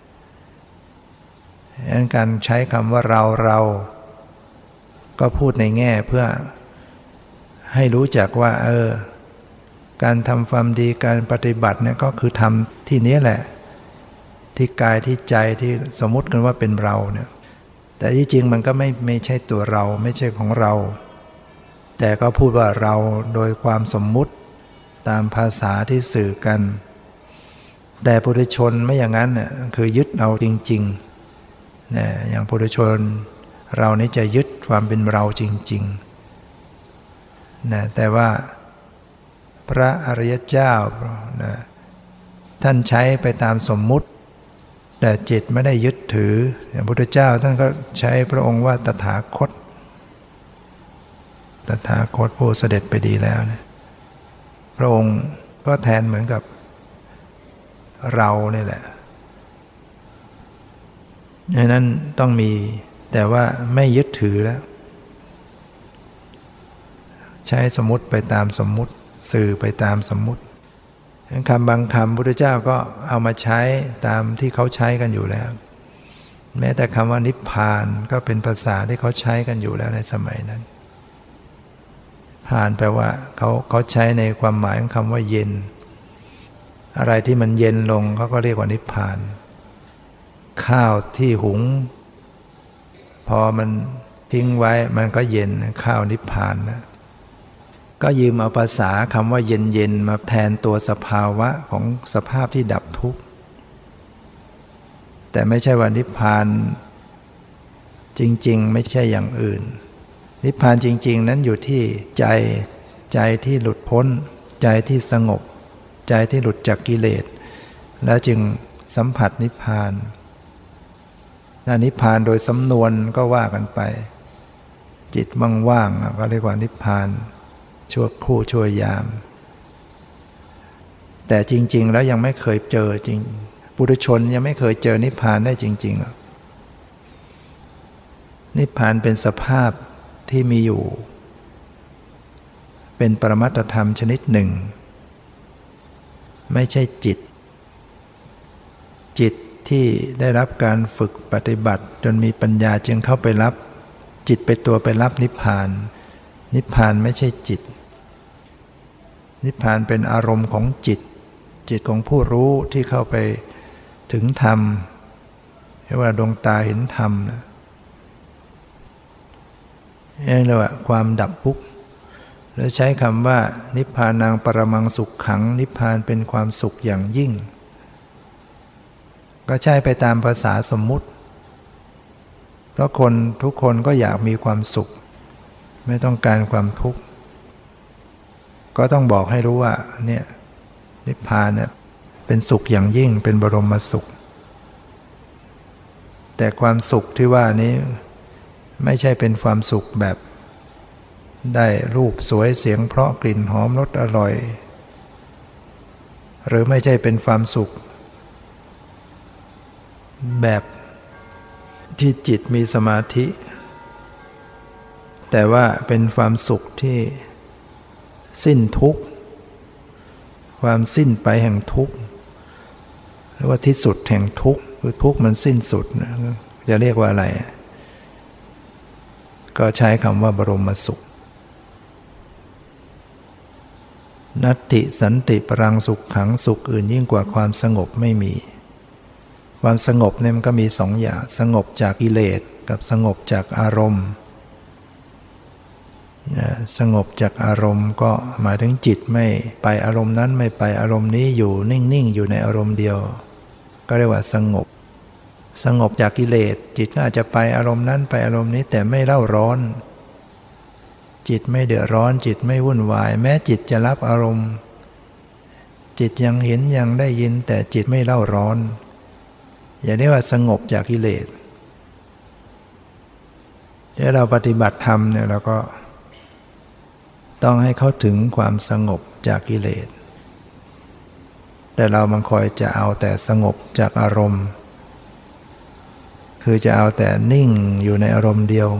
ดังนั้นการใช้คำว่าเราเราก็พูดในแง่เพื่อให้รู้จักว่าเออการทำความดีการปฏิบัติเนี่ยก็คือทำที่นี้แหละที่กายที่ใจที่สมมุติกันว่าเป็นเราเนี่ยแต่ที่จริงมันก็ไม่ไม่ใช่ตัวเราไม่ใช่ของเราแต่ก็พูดว่าเราโดยความสมมุติตามภาษาที่สื่อกันแต่ปุถุชนไม่อย่างนั้นน่ะคือยึดเอาจริงๆนะอย่างปุถุชนเรานี่จะยึดความเป็นเราจริงๆนะแต่ว่าพระอริยเจ้านะท่านใช้ไปตามสมมุติแต่จิตไม่ได้ยึดถืออย่างพุทธเจ้าท่านก็ใช้พระองค์ว่าตถาคตตถาคตผู้เสด็จไปดีแล้วนะพระองค์ก็แทนเหมือนกับเรานี่แหละดังนั้นต้องมีแต่ว่าไม่ยึดถือแล้วใช้สมมุติไปตามสมมุติสื่อไปตามสมมุติคำบางคำพระพุทธเจ้าก็เอามาใช้ตามที่เขาใช้กันอยู่แล้วแม้แต่คำว่านิพพานก็เป็นภาษาที่เขาใช้กันอยู่แล้วในสมัยนั้นพานแปลว่าเขาเขาใช้ในความหมายของคำว่าเย็นอะไรที่มันเย็นลงเขาก็เรียกว่านิพพานข้าวที่หุงพอมันทิ้งไว้มันก็เย็นข้าวนิพพานนะก็ยืมเอาภาษาคำว่าเย็นๆมาแทนตัวสภาวะของสภาพที่ดับทุกข์แต่ไม่ใช่ว่านิพพานจริงๆไม่ใช่อย่างอื่นนิพพานจริงๆนั้นอยู่ที่ใจใจที่หลุดพ้นใจที่สงบใจที่หลุดจากกิเลสแล้วจึงสัมผัสนิพพานนิพพานโดยสำนวนก็ว่ากันไปจิตว่างๆก็เรียกว่านิพพานชั่วครู่ชั่วยามแต่จริงๆแล้วยังไม่เคยเจอจริงปุถุชนยังไม่เคยเจอนิพพานได้จริงๆนิพพานเป็นสภาพที่มีอยู่เป็นปรมัตถธรรมชนิดหนึ่งไม่ใช่จิตจิตที่ได้รับการฝึกปฏิบัติจนมีปัญญาจึงเข้าไปรับจิตไปตัวไปรับนิพพานนิพพานไม่ใช่จิตนิพพานเป็นอารมณ์ของจิตจิตของผู้รู้ที่เข้าไปถึงธรรมเรียกว่าดวงตาเห็นธรรมนะนี่เรียกว่าความดับทุกข์แล้วใช้คำว่านิพพานังปรมังสุขขังนิพพานเป็นความสุขอย่างยิ่งก็ใช้ไปตามภาษาสมมุติเพราะคนทุกคนก็อยากมีความสุขไม่ต้องการความทุกข์ก็ต้องบอกให้รู้ว่าเนี่ยนิพพานเนี่ยเป็นสุขอย่างยิ่งเป็นบรมสุขแต่ความสุขที่ว่านี้ไม่ใช่เป็นความสุขแบบได้รูปสวยเสียงเพราะกลิ่นหอมรสอร่อยหรือไม่ใช่เป็นความสุขแบบที่จิตมีสมาธิแต่ว่าเป็นความสุขที่สิ้นทุกข์ความสิ้นไปแห่งทุกข์หรือว่าที่สุดแห่งทุกข์คือทุกข์มันสิ้นสุดนะจะเรียกว่าอะไรก็ใช้คำว่าบรมสุขนัตติสันติปรังสุขขังสุขอื่นยิ่งกว่าความสงบไม่มีความสงบเนี่ยมันก็มีสองอย่างสงบจากกิเลสกับสงบจากอารมณ์สงบจากอารมณ์ก็หมายถึงจิตไม่ไปอารมณ์นั้นไม่ไปอารมณ์นี้อยู่นิ่งๆอยู่ในอารมณ์เดียวก็เรียกว่าสงบสงบจากกิเลสจิตก็อาจจะไปอารมณ์นั้นไปอารมณ์นี้แต่ไม่เร่าร้อนจิตไม่เดือดร้อนจิตไม่วุ่นวายแม้จิตจะรับอารมณ์จิตยังเห็นยังได้ยินแต่จิตไม่เร่าร้อนอย่างนี้ว่าสงบจากกิเลสที่เราปฏิบัติธรรมเนี่ยเราก็ต้องให้เข้าถึงความสงบจากกิเลสแต่เรามันคอยจะเอาแต่สงบจากอารมณ์คือจะเอาแต่นิ่งอยู่ในอารมณ์เดียว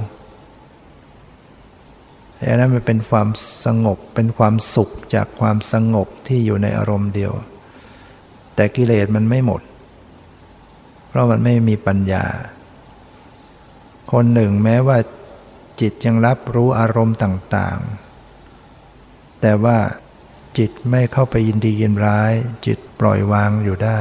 อันนั้นมันเป็นความสงบเป็นความสุขจากความสงบที่อยู่ในอารมณ์เดียวแต่กิเลสมันไม่หมดเพราะมันไม่มีปัญญาคนหนึ่งแม้ว่าจิตยังรับรู้อารมณ์ต่างๆแต่ว่าจิตไม่เข้าไปยินดียินร้ายจิตปล่อยวางอยู่ได้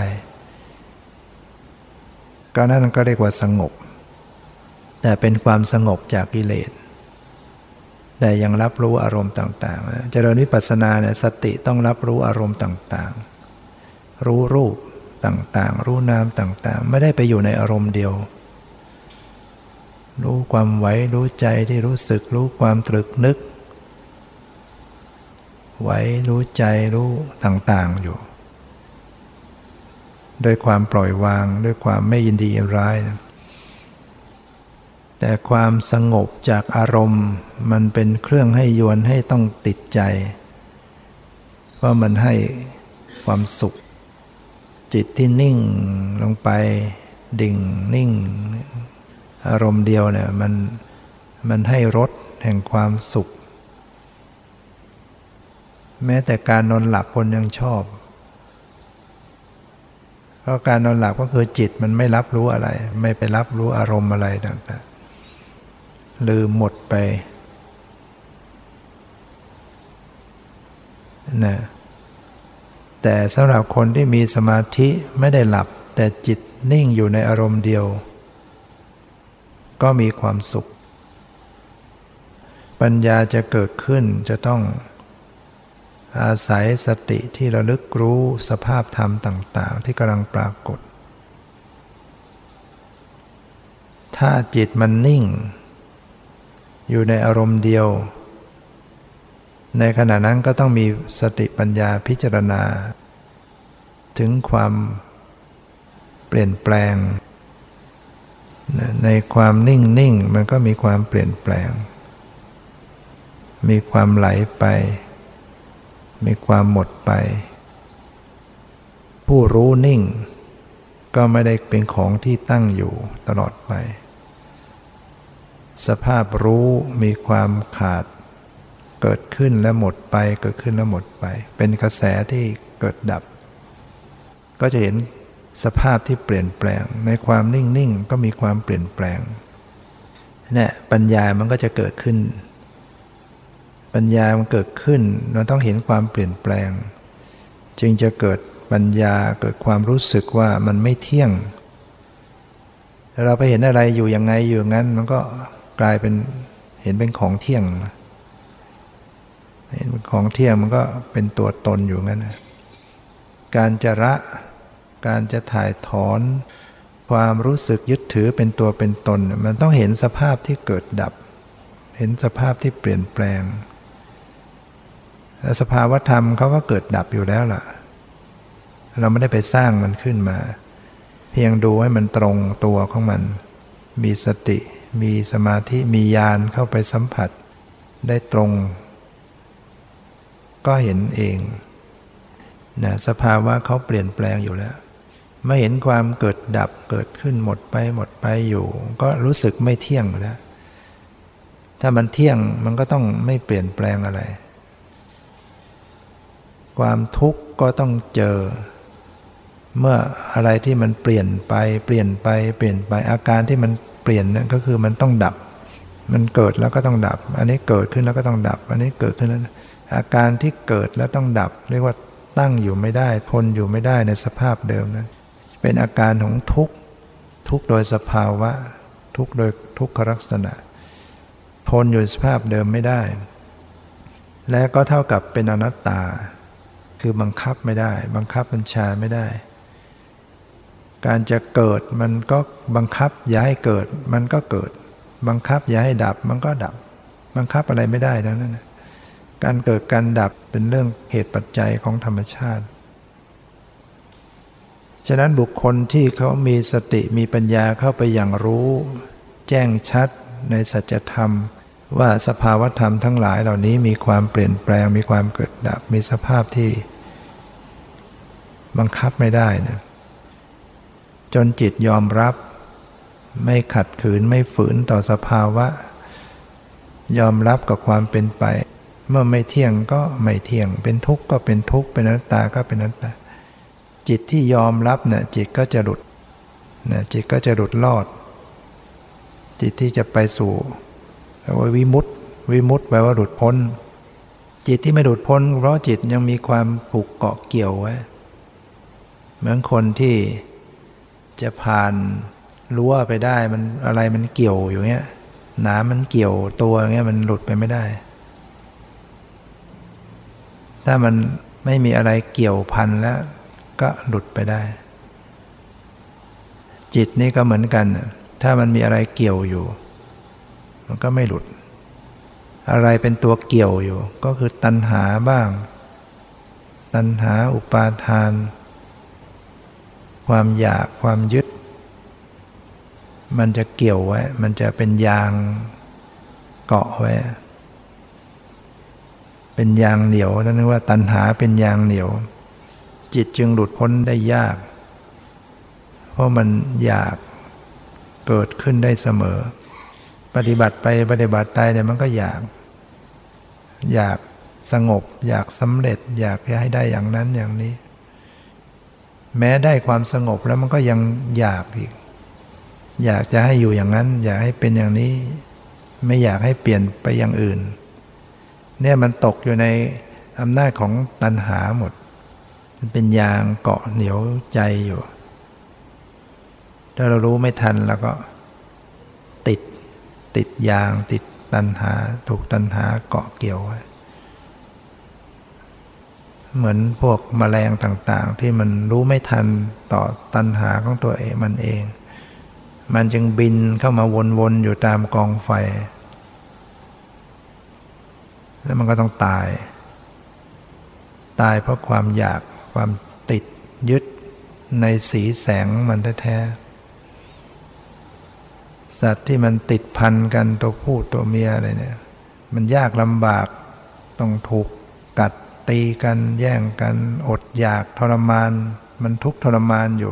ก็นั่นก็เรียกว่าสงบแต่เป็นความสงบจากกิเลสแต่ยังรับรู้อารมณ์ต่างๆเจริญวิปัสสนาเนี่ยสติต้องรับรู้อารมณ์ต่างๆรู้รูปต่างๆรู้นามต่างๆไม่ได้ไปอยู่ในอารมณ์เดียวรู้ความไหวรู้ใจที่รู้สึกรู้ความตรึกนึกไหวรู้ใจรู้ต่างๆอยู่ด้วยความปล่อยวางด้วยความไม่ยินดียินร้ายนะแต่ความสงบจากอารมณ์มันเป็นเครื่องให้ยวนให้ต้องติดใจเพราะมันให้ความสุขจิตที่นิ่งลงไปดิ่งนิ่งอารมณ์เดียวเนี่ยมันมันให้รสแห่งความสุขแม้แต่การนอนหลับคนยังชอบเพราะการนอนหลับก็คือจิตมันไม่รับรู้อะไรไม่ไปรับรู้อารมณ์อะไรต่างๆลืมหมดไปนะแต่สำหรับคนที่มีสมาธิไม่ได้หลับแต่จิตนิ่งอยู่ในอารมณ์เดียวก็มีความสุขปัญญาจะเกิดขึ้นจะต้องอาศัยสติที่ระลึกรู้สภาพธรรมต่างๆที่กำลังปรากฏถ้าจิตมันนิ่งอยู่ในอารมณ์เดียวในขณะนั้นก็ต้องมีสติปัญญาพิจารณาถึงความเปลี่ยนแปลงในความนิ่งนิ่งมันก็มีความเปลี่ยนแปลงมีความไหลไปมีความหมดไปผู้รู้นิ่งก็ไม่ได้เป็นของที่ตั้งอยู่ตลอดไปสภาพรู้มีความขาดเกิดขึ้นและหมดไปเกิดขึ้นและหมดไปเป็นกระแสที่เกิดดับก็จะเห็นสภาพที่เปลี่ยนแปลงในความนิ่งๆก็มีความเปลี่ยนแปลงเนี่ยปัญญามันก็จะเกิดขึ้นปัญญามันเกิดขึ้นเราต้องเห็นความเปลี่ยนแปลงจึงจะเกิดปัญญาเกิดความรู้สึกว่ามันไม่เที่ยงเราไปเห็นอะไรอยู่ยังไงอยู่งั้นมันก็กลายเป็นเห็นเป็นของเที่ยงเห็นเป็นของเที่ยงมันก็เป็นตัวตนอยู่งั้นการจะละการจะถ่ายถอนความรู้สึกยึดถือเป็นตัวเป็นตนมันต้องเห็นสภาพที่เกิดดับเห็นสภาพที่เปลี่ยนแปลงสภาวธรรมเขาก็เกิดดับอยู่แล้วล่ะเราไม่ได้ไปสร้างมันขึ้นมาเพียงดูให้มันตรงตัวของมันมีสติมีสมาธิมีญาณเข้าไปสัมผัสได้ตรงก็เห็นเองนะสภาวะเขาเปลี่ยนแปลงอยู่แล้วไม่เห็นความเกิดดับเกิดขึ้นหมดไปหมดไปอยู่ก็รู้สึกไม่เที่ยงแล้วถ้ามันเที่ยงมันก็ต้องไม่เปลี่ยนแปลงอะไรความทุกข์ก็ต้องเจอเมื่ออะไรที่มันเปลี่ยนไปเปลี่ยนไปเปลี่ยนไปอาการที่มันเปลี่ยนนั่นก็คือมันต้องดับมันเกิดแล้วก็ต้องดับอันนี้เกิดขึ้นแล้วก็ต้องดับอันนี้เกิดขึ้นแล้วอาการที่เกิดแล้วต้องดับเรียกว่าตั้งอยู่ไม่ได้ทนอยู่ไม่ได้ในสภาพเดิมนั้นเป็นอาการของทุกข์ทุกข์โดยสภาวะทุกข์โดยทุกขลักษณะทนอยู่สภาพเดิมไม่ได้และก็เท่ากับเป็นอนัตตาคือบังคับไม่ได้บังคับบัญชาไม่ได้การจะเกิดมันก็บังคับอย่าให้เกิดมันก็เกิดบังคับอย่าให้ดับมันก็ดับบังคับอะไรไม่ได้ทั้งนั้นนะการเกิดการดับเป็นเรื่องเหตุปัจจัยของธรรมชาติฉะนั้นบุคคลที่เขามีสติมีปัญญาเข้าไปอย่างรู้แจ้งชัดในสัจธรรมว่าสภาวธรรมทั้งหลายเหล่านี้มีความเปลี่ยนแปลงมีความเกิดดับมีสภาพที่บังคับไม่ได้นะจนจิตยอมรับไม่ขัดขืนไม่ฝืนต่อสภาวะยอมรับกับความเป็นไปเมื่อไม่เที่ยงก็ไม่เที่ยงเป็นทุกข์ก็เป็นทุกข์เป็นอนัตตาก็เป็นอนัตตาจิตที่ยอมรับเนี่ยจิตก็จะหลุดนะจิตก็จะหลุดรอดจิตที่จะไปสู่ว่าวิมุตติวิมุตติแปลว่าหลุดพ้นจิตที่ไม่หลุดพ้นเพราะจิตยังมีความผูกเกาะเกี่ยวไว้เหมือนคนที่จะผ่านรั้วไปได้มันอะไรมันเกี่ยวอยู่เงี้ยหนามมันเกี่ยวตัวเงี้ยมันหลุดไปไม่ได้ถ้ามันไม่มีอะไรเกี่ยวพันแล้วก็หลุดไปได้จิตนี่ก็เหมือนกันถ้ามันมีอะไรเกี่ยวอยู่มันก็ไม่หลุดอะไรเป็นตัวเกี่ยวอยู่ก็คือตัณหาบ้างตัณหาอุปาทานความอยากความยึดมันจะเกี่ยวไว้มันจะเป็นยางเกาะไว้เป็นยางเหนียวนั่นเรียกว่าตัณหาเป็นยางเหนียวจิตจึงหลุดพ้นได้ยากเพราะมันอยากเกิดขึ้นได้เสมอปฏิบัติไปปฏิบัติไปเนี่ยมันก็อยากอยากสงบอยากสำเร็จอยากให้ได้อย่างนั้นอย่างนี้แม้ได้ความสงบแล้วมันก็ยังอยากอีกอยากจะให้อยู่อย่างนั้นอยากให้เป็นอย่างนี้ไม่อยากให้เปลี่ยนไปอย่างอื่นเนี่ยมันตกอยู่ในอำนาจของตัณหาหมดมันเป็นยางเกาะเหนียวใจอยู่ถ้าเรารู้ไม่ทันแล้วก็ติดติดยางติดตัณหาถูกตัณหาเกาะเกี่ยวไว้เหมือนพวกแมลงต่างๆที่มันรู้ไม่ทันต่อตัณหาของตัวเองมันเองมันจึงบินเข้ามาวนๆอยู่ตามกองไฟแล้วมันก็ต้องตายตายเพราะความอยากความติดยึดในสีแสงมันแท้ๆสัตว์ที่มันติดพันกันตัวผู้ตัวเมียอะไรเนี่ยมันยากลำบากต้องถูกกัดตีกันแย่งกันอดอยากทรมานมันทุกข์ทรมานอยู่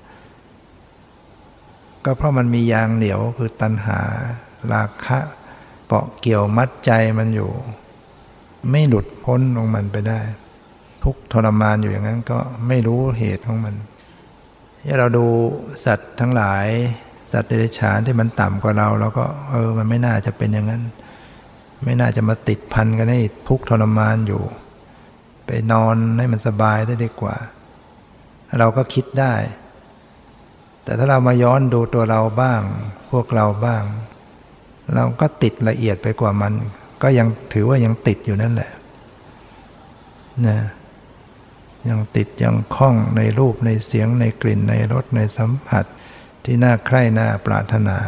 ก็เพราะมันมียางเหนียวคือตัณหาราคะเกาะเกี่ยวมัดใจมันอยู่ไม่หลุดพ้นของมันไปได้ทุกข์ทรมานอยู่อย่างนั้นก็ไม่รู้เหตุของมันถ้าเราดูสัตว์ทั้งหลายสัตว์เดรัจฉานที่มันต่ำกว่าเราเราก็เออมันไม่น่าจะเป็นอย่างนั้นไม่น่าจะมาติดพันกันให้ทุกข์ทรมานอยู่ไปนอนให้มันสบายได้ดีกว่าเราก็คิดได้แต่ถ้าเรามาย้อนดูตัวเราบ้างพวกเราบ้างเราก็ติดละเอียดไปกว่ามันก็ยังถือว่ายังติดอยู่นั่นแหละนะยังติดยังคล้องในรูปในเสียงในกลิ่นในรสในสัมผัสที่น่าใคร่น่าปรารถนา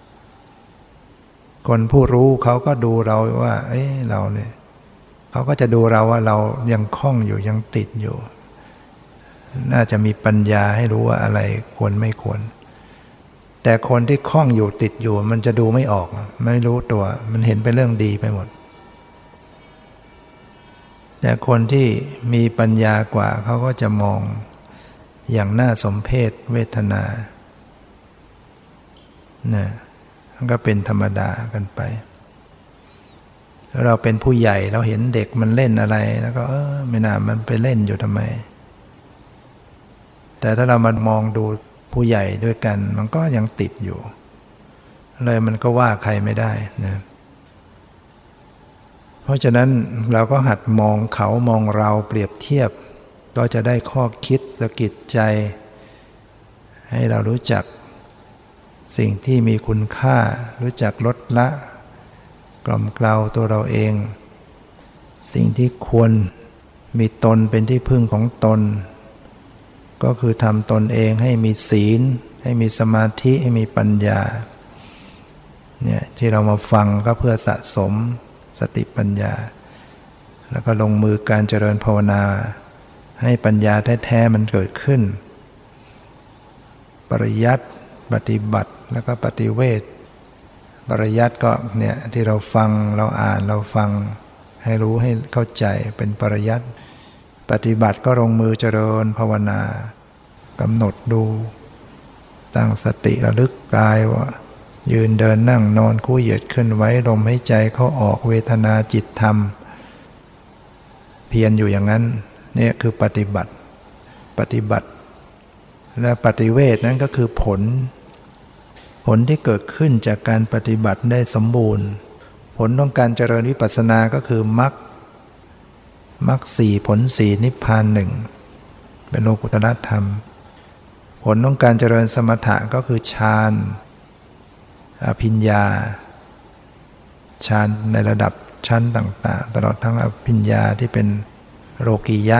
คนผู้รู้เขาก็ดูเราว่าเอ้ยเราเนี่ยเขาก็จะดูเราว่าเรายังคล้องอยู่ยังติดอยู่น่าจะมีปัญญาให้รู้ว่าอะไรควรไม่ควรแต่คนที่คล้องอยู่ติดอยู่มันจะดูไม่ออกไม่รู้ตัวมันเห็นเป็นเรื่องดีไปหมดแต่คนที่มีปัญญากว่าเขาก็จะมองอย่างน่าสมเพชเวทนานะมันก็เป็นธรรมดากันไปแล้วเราเป็นผู้ใหญ่เราเห็นเด็กมันเล่นอะไรแล้วก็เออไม่น่ามันไปเล่นอยู่ทำไมแต่ถ้าเรามามองดูผู้ใหญ่ด้วยกันมันก็ยังติดอยู่เลยมันก็ว่าใครไม่ได้นะเพราะฉะนั้นเราก็หัดมองเขามองเราเปรียบเทียบก็จะได้ข้อคิดสะกิดใจให้เรารู้จักสิ่งที่มีคุณค่ารู้จักลดละกล่อมเกลาตัวเราเองสิ่งที่ควรมีตนเป็นที่พึ่งของตนก็คือทำตนเองให้มีศีลให้มีสมาธิให้มีปัญญาเนี่ยที่เรามาฟังก็เพื่อสะสมสติปัญญาแล้วก็ลงมือการเจริญภาวนาให้ปัญญาแท้ๆมันเกิดขึ้นปริยัติปฏิบัติแล้วก็ปฏิเวทปริยัติก็เนี่ยที่เราฟังเราอ่านเราฟังให้รู้ให้เข้าใจเป็นปริยัติปฏิบัติก็ลงมือเจริญภาวนากำหนดดูตั้งสติระลึกกายว่ายืนเดินนั่งนอนคู่เหยียดขึ้นไว้ลมหายใจเข้าออกเวทนาจิตธรรมเพียรอยู่อย่างนั้นเนี่ยคือปฏิบัติปฏิบัติและปฏิเวทนั้นก็คือผลผลที่เกิดขึ้นจากการปฏิบัติได้สมบูรณ์ผลของการเจริญวิปัสสนาก็คือมรรคมรรคสี่ผลสี่นิพพานหนึ่งเป็นโลกุตตรธรรมผลของการเจริญสมถะก็คือฌานอภิญญาฌานในระดับชั้นต่างๆตลอดทั้งอภิญญาที่เป็นโลกียะ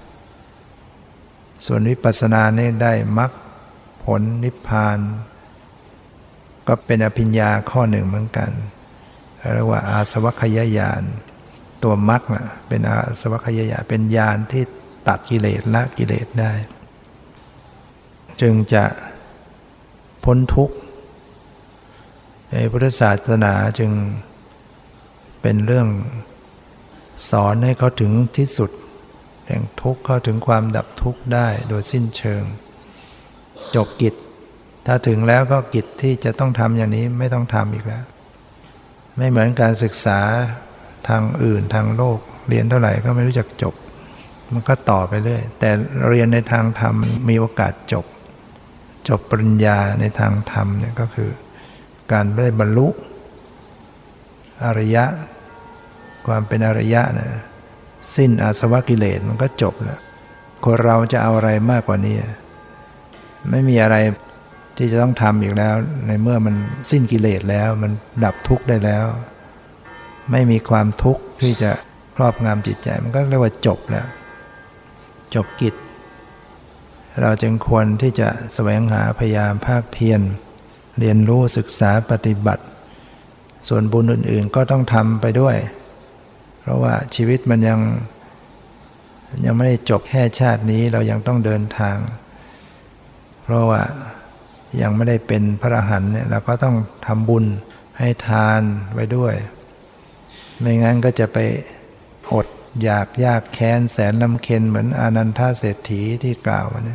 ส่วนวิปัสสนาเนี่ยได้มรรคผลนิพพานก็เป็นอภิญญาข้อหนึ่งเหมือนกันเรียกว่าอาสวัคยญาณตัวมรรคน่ะเป็นอาสวัคยญาณเป็นญาณที่ตัดกิเลสละกิเลสได้จึงจะพ้นทุกข์ในพุทธศาสนาจึงเป็นเรื่องสอนให้เขาถึงที่สุดแห่งทุกข์เข้าถึงความดับทุกข์ได้โดยสิ้นเชิงจบกิจถ้าถึงแล้วก็กิจที่จะต้องทำอย่างนี้ไม่ต้องทำอีกแล้วไม่เหมือนการศึกษาทางอื่นทางโลกเรียนเท่าไหร่ก็ไม่รู้จักจบมันก็ต่อไปเรื่อยแต่เรียนในทางธรรมมีโอกาสจบจบปริญญาในทางธรรมเนี่ยก็คือการได้บรรลุอริยะความเป็นอริยะนะสิ้นอาสวะกิเลสมันก็จบแล้วคนเราจะเอาอะไรมากกว่านี้ไม่มีอะไรที่จะต้องทำอีกแล้วในเมื่อมันสิ้นกิเลสแล้วมันดับทุกข์ได้แล้วไม่มีความทุกข์ที่จะครอบงำจิตใจมันก็เรียกว่าจบแล้วจบกิจเราจึงควรที่จะแสวงหาพยายามภาคเพียรเรียนรู้ศึกษาปฏิบัติส่วนบุญอื่นๆก็ต้องทำไปด้วยเพราะว่าชีวิตมันยังยังไม่ได้จบแค่ชาตินี้เรายังต้องเดินทางเพราะว่ายังไม่ได้เป็นพระอรหันต์เนี่ยเราก็ต้องทำบุญให้ทานไว้ด้วยไม่งั้นก็จะไปอดอยากยากแค้นแสนลำเค็ญเหมือนอานันทเศรษฐีที่กล่าวเนี่ย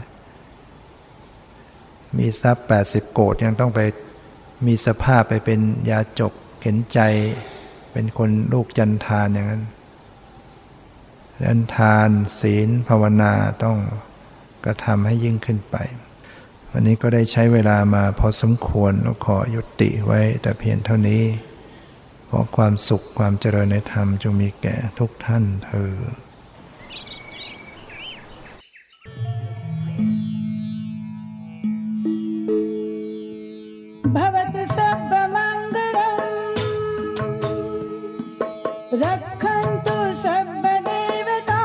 มีทรัพย์แปดสิบโกฏยังต้องไปมีสภาพไปเป็นยาจกเข็นใจเป็นคนลูกจันทานอย่างนั้นดังนั้นทานศีลภาวนาต้องกระทำให้ยิ่งขึ้นไปวันนี้ก็ได้ใช้เวลามาพอสมควรแล้วขอยุติไว้แต่เพียงเท่านี้ขอความสุขความเจริญในธรรมจงมีแก่ทุกท่านเทอญ भवतु सर्वमङ्गलम् रक्षन्तु सर्वदेवता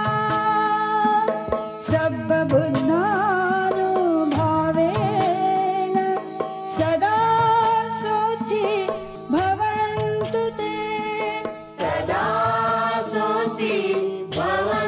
सर्वबुद्धानुभावेन सदा शुचि भवन्तु ते सदा शुचि भवन्तु